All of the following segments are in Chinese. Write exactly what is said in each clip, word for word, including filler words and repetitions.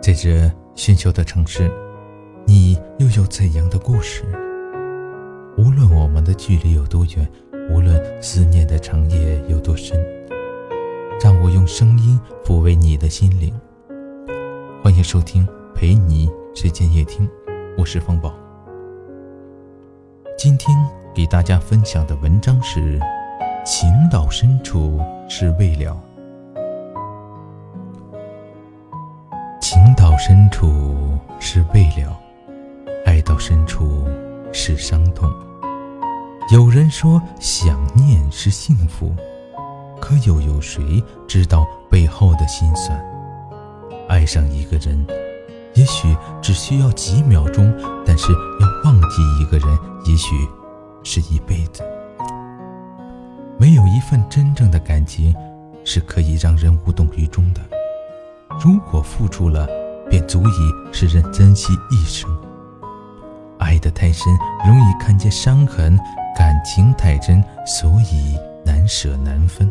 在这喧嚣的城市，你又有怎样的故事？无论我们的距离有多远，无论思念的长夜有多深，让我用声音抚慰你的心灵。欢迎收听陪你睡前夜听，我是风宝。今天给大家分享的文章是情到深处是未了。情到深处是未了，爱到深处是伤痛。有人说想念是幸福，可又有谁知道背后的辛酸？爱上一个人也许只需要几秒钟，但是要忘记一个人也许是一辈子。没有一份真正的感情是可以让人无动于衷的，如果付出了，便足以使人珍惜一生。爱得太深，容易看见伤痕，感情太真，所以难舍难分。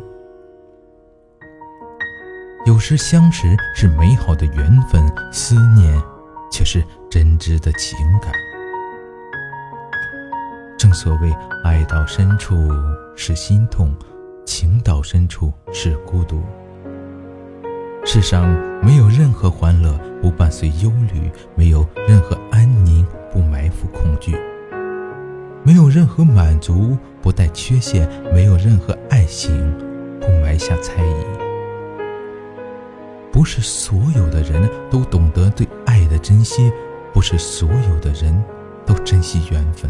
有时相识是美好的缘分，思念却是真挚的情感。正所谓爱到深处是心痛，情到深处是孤独。世上没有任何欢乐不伴随忧虑，没有任何安宁不埋伏恐惧，没有任何满足不带缺陷，没有任何爱情不埋下猜疑。不是所有的人都懂得对爱的珍惜，不是所有的人都珍惜缘分。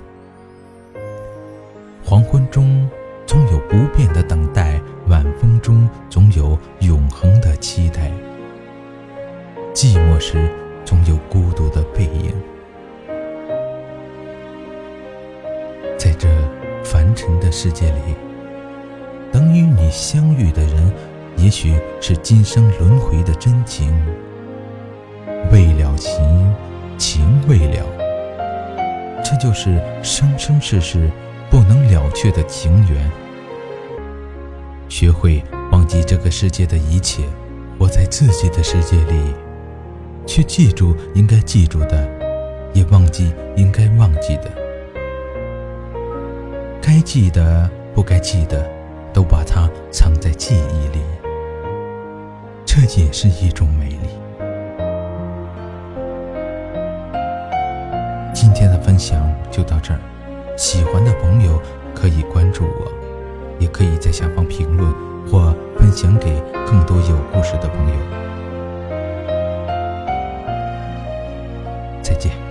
黄昏中总有不变的等待，晚风中总有永恒的期待，寂寞时总有孤独的背影。在这凡尘的世界里，等与你相遇的人也许是今生轮回的真情。未了情，情未了，这就是生生世世不能了却的情缘。学会忘记这个世界的一切，活在自己的世界里，去记住应该记住的，也忘记应该忘记的。该记得不该记得，都把它藏在记忆里，这也是一种美丽。今天的分享就到这儿，喜欢的朋友可以关注我，也可以在下方评论或分享给更多有故事的朋友。再见。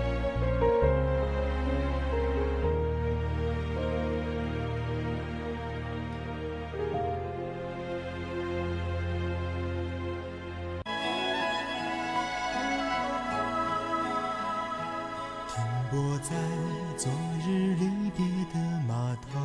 我在昨日离别的码头，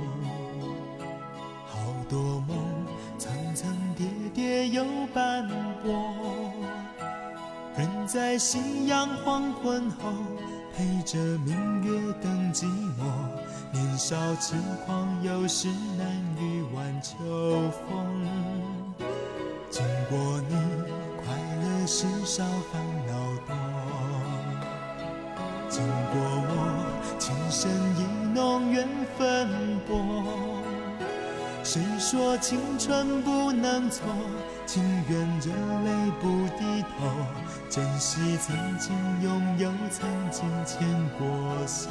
好多梦层层叠叠又斑驳，人在夕阳黄昏后陪着明月等寂寞，年少轻狂有时难御晚秋风。经过你，快乐时少烦恼多，经过我，情深意浓缘分薄。谁说青春不能错，情愿热泪不低头，珍惜曾经拥有，曾经牵过手。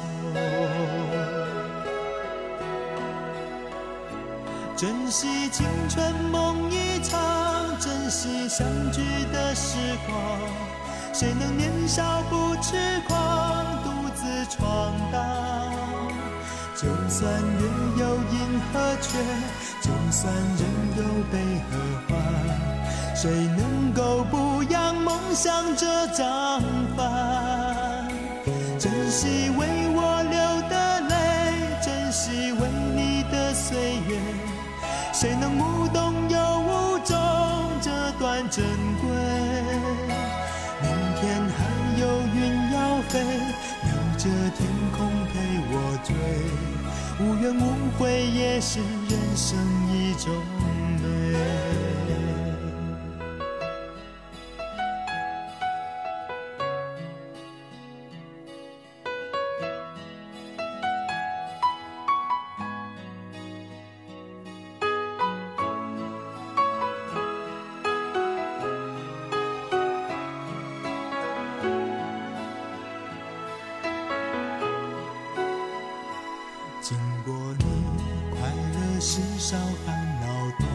珍惜青春梦一场，珍惜相聚的时光，谁能年少不痴狂，独自闯荡？就算月有阴和缺，就算人有悲和欢，谁能够不扬梦想这张帆？珍惜为我流的泪，珍惜为你的岁月，谁能无动又无衷这段珍贵？明天还有云要飞，留着天空陪我追，无怨无悔也是人生一种美。 事少烦恼多。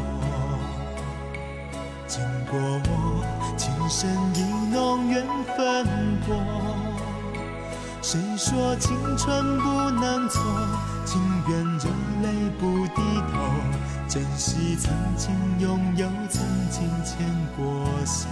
经过我，情深意浓，缘分多。谁说青春不能错？情愿热泪不低头，珍惜曾经拥有，曾经牵过手。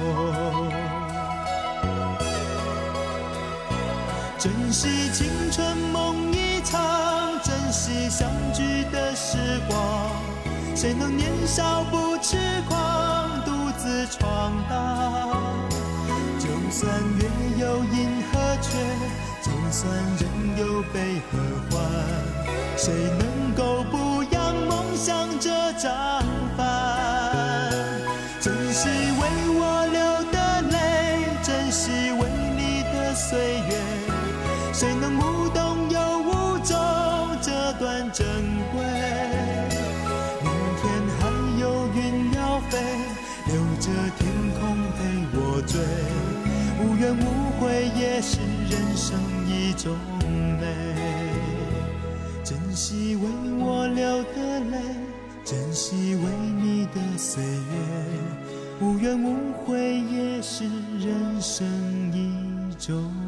珍惜青春梦一场，珍惜相聚的时光。谁能年少不痴狂，独自闯荡？就算月有阴和缺，就算人有悲和欢，谁能够不扬梦想这张帆？珍惜为我流的泪，珍惜为你的岁月，谁能无动又无衷这段珍贵？明天还有云要飞，留着天空陪我追，无怨无悔也是人生一种美。珍惜为我流的泪，珍惜为你的岁月，无怨无悔也是人生一种